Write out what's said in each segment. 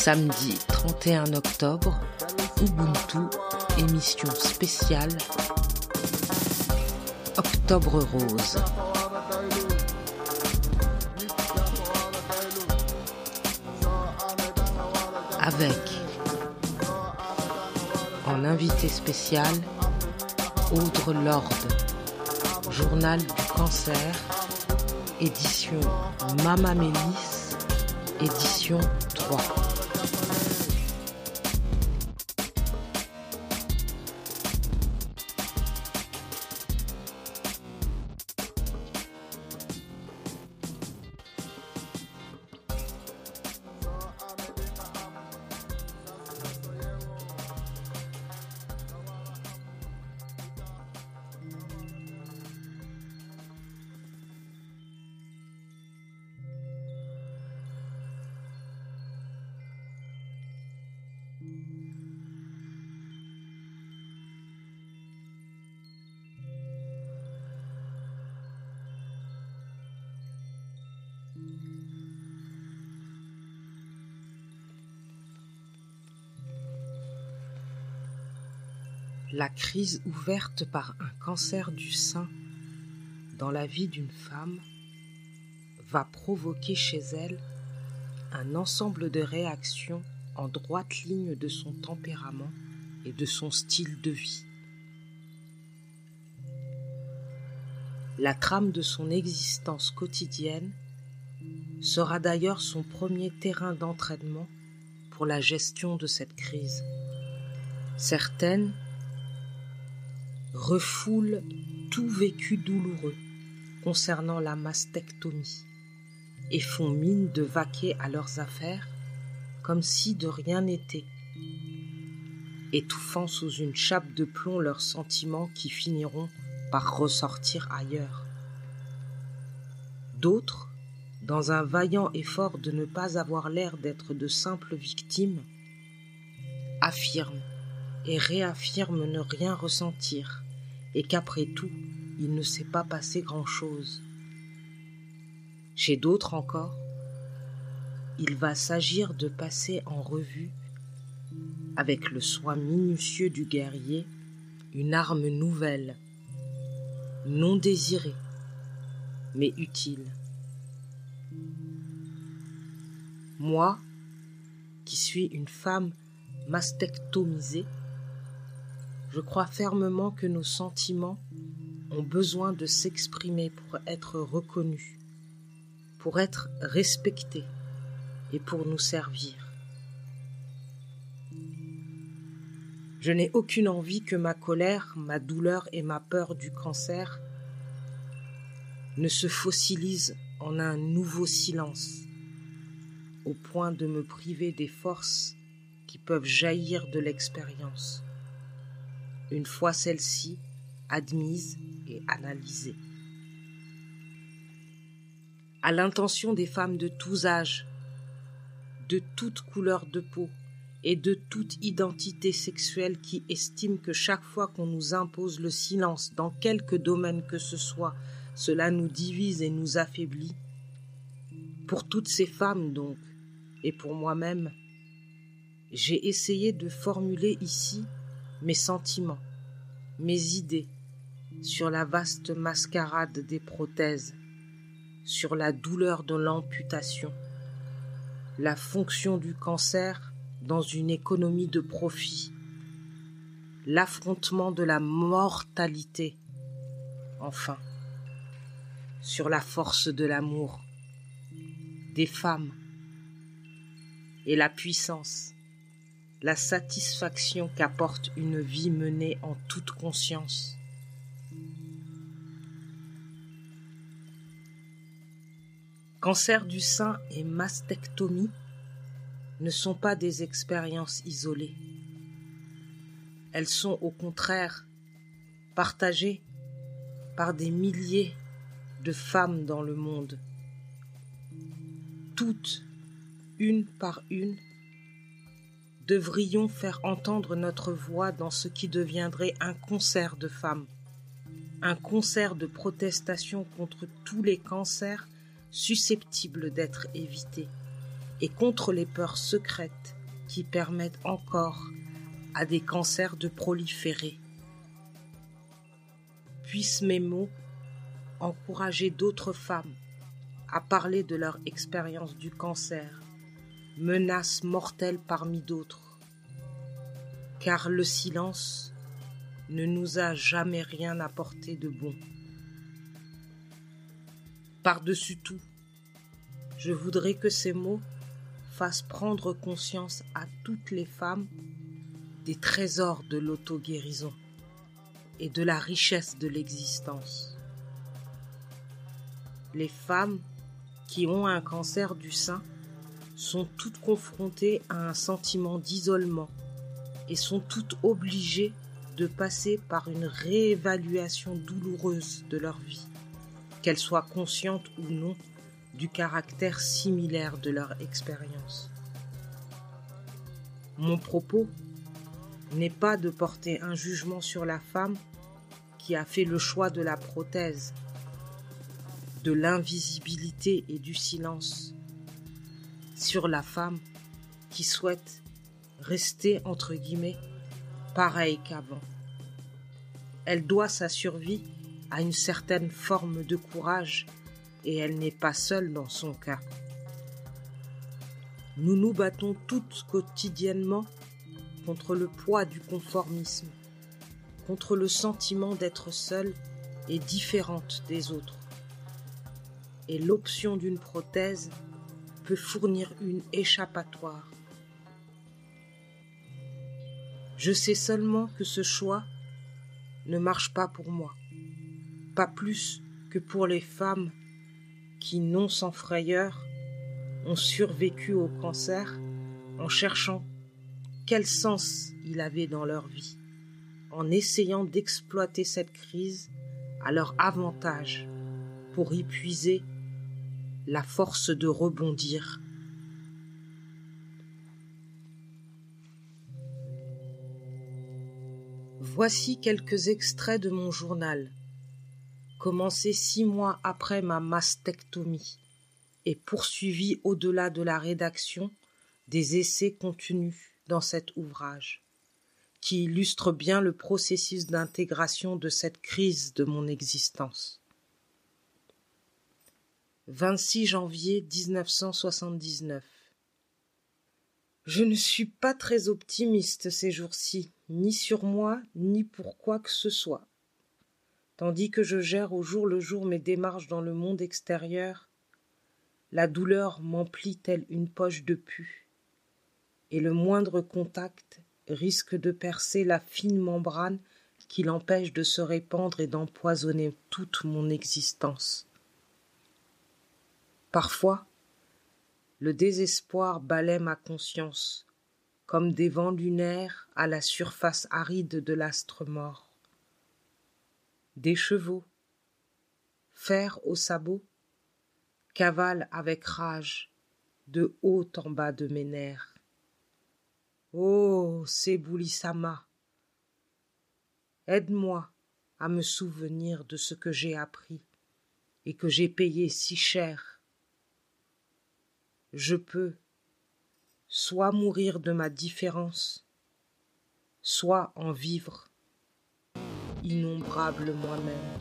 Samedi 31 octobre, Ubuntu, émission spéciale Octobre Rose. Avec, en invité spécial, Audre Lorde, Journal du cancer, édition Mama Mélis, édition 3. La crise ouverte par un cancer du sein dans la vie d'une femme va provoquer chez elle un ensemble de réactions en droite ligne de son tempérament et de son style de vie. La trame de son existence quotidienne sera d'ailleurs son premier terrain d'entraînement pour la gestion de cette crise. Certaines refoulent tout vécu douloureux concernant la mastectomie et font mine de vaquer à leurs affaires comme si de rien n'était, étouffant sous une chape de plomb leurs sentiments qui finiront par ressortir ailleurs. D'autres, dans un vaillant effort de ne pas avoir l'air d'être de simples victimes, affirment et réaffirment ne rien ressentir et qu'après tout, il ne s'est pas passé grand-chose. Chez d'autres encore, il va s'agir de passer en revue, avec le soin minutieux du guerrier, une arme nouvelle, non désirée, mais utile. Moi, qui suis une femme mastectomisée, je crois fermement que nos sentiments ont besoin de s'exprimer pour être reconnus, pour être respectés et pour nous servir. Je n'ai aucune envie que ma colère, ma douleur et ma peur du cancer ne se fossilisent en un nouveau silence, au point de me priver des forces qui peuvent jaillir de l'expérience, une fois celle-ci admise et analysée. À l'intention des femmes de tous âges, de toute couleur de peau et de toute identité sexuelle qui estiment que chaque fois qu'on nous impose le silence dans quelque domaine que ce soit, cela nous divise et nous affaiblit. Pour toutes ces femmes donc, et pour moi-même, j'ai essayé de formuler ici mes sentiments, mes idées sur la vaste mascarade des prothèses, sur la douleur de l'amputation, la fonction du cancer dans une économie de profit, l'affrontement de la mortalité, enfin, sur la force de l'amour, des femmes, et la puissance, la satisfaction qu'apporte une vie menée en toute conscience. Cancer du sein et mastectomie ne sont pas des expériences isolées. Elles sont au contraire partagées par des milliers de femmes dans le monde. Toutes, une par une, devrions faire entendre notre voix dans ce qui deviendrait un concert de femmes, un concert de protestation contre tous les cancers susceptibles d'être évités et contre les peurs secrètes qui permettent encore à des cancers de proliférer. Puissent mes mots encourager d'autres femmes à parler de leur expérience du cancer, menace mortelle parmi d'autres, car le silence ne nous a jamais rien apporté de bon. Par-dessus tout, je voudrais que ces mots fassent prendre conscience à toutes les femmes des trésors de l'auto-guérison et de la richesse de l'existence. Les femmes qui ont un cancer du sein sont toutes confrontées à un sentiment d'isolement et sont toutes obligées de passer par une réévaluation douloureuse de leur vie, qu'elles soient conscientes ou non du caractère similaire de leur expérience. Mon propos n'est pas de porter un jugement sur la femme qui a fait le choix de la prothèse, de l'invisibilité et du silence, sur la femme qui souhaite rester, entre guillemets, pareille qu'avant. Elle doit sa survie à une certaine forme de courage et elle n'est pas seule dans son cas. Nous nous battons toutes quotidiennement contre le poids du conformisme, contre le sentiment d'être seule et différente des autres. Et l'option d'une prothèse peut fournir une échappatoire. Je sais seulement que ce choix ne marche pas pour moi, pas plus que pour les femmes qui, non sans frayeur, ont survécu au cancer en cherchant quel sens il avait dans leur vie, en essayant d'exploiter cette crise à leur avantage pour y puiser la force de rebondir. Voici quelques extraits de mon journal, commencé 6 mois après ma mastectomie et poursuivi au-delà de la rédaction des essais contenus dans cet ouvrage, qui illustre bien le processus d'intégration de cette crise de mon existence. 26 janvier 1979. Je ne suis pas très optimiste ces jours-ci, ni sur moi, ni pour quoi que ce soit. Tandis que je gère au jour le jour mes démarches dans le monde extérieur, la douleur m'emplit telle une poche de pus, et le moindre contact risque de percer la fine membrane qui l'empêche de se répandre et d'empoisonner toute mon existence. Parfois, le désespoir balaie ma conscience, comme des vents lunaires à la surface aride de l'astre mort. Des chevaux, fer aux sabots, cavalent avec rage de haut en bas de mes nerfs. Oh, Sebuli-sama, aide-moi à me souvenir de ce que j'ai appris et que j'ai payé si cher. Je peux soit mourir de ma différence, soit en vivre, innombrable moi-même.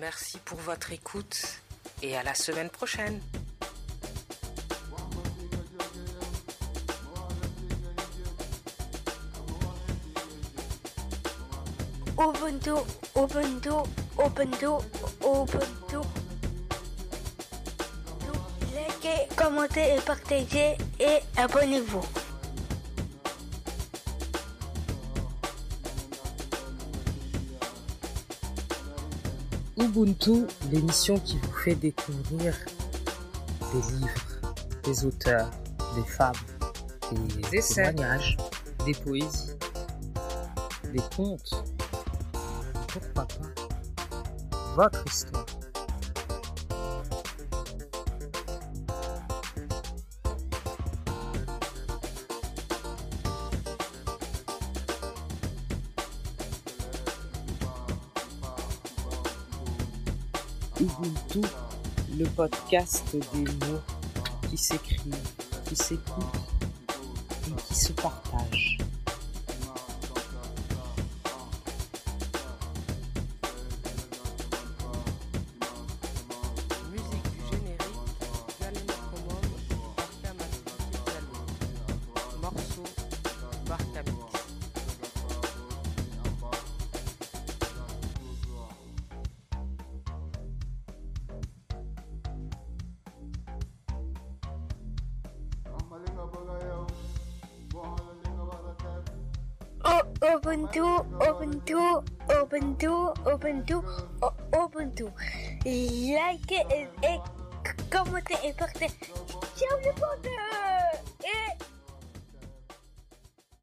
Merci pour votre écoute et à la semaine prochaine. Ubuntu, Ubuntu, Ubuntu, Ubuntu. Likez, commentez et partagez et abonnez-vous. Ubuntu, l'émission qui vous fait découvrir des livres, des auteurs, des femmes, des témoignages, des poésies, des contes. Pourquoi pas votre histoire. Ubuntu, le podcast des mots qui s'écrivent, qui s'écoutent et qui se partagent. Musique du générique, Galena Common, Barkamati Diallo. Morceau, Barkamix. Ubuntu, Ubuntu, Ubuntu, Ubuntu, Ubuntu. Likez et commentez et partagez. Ciao les potes!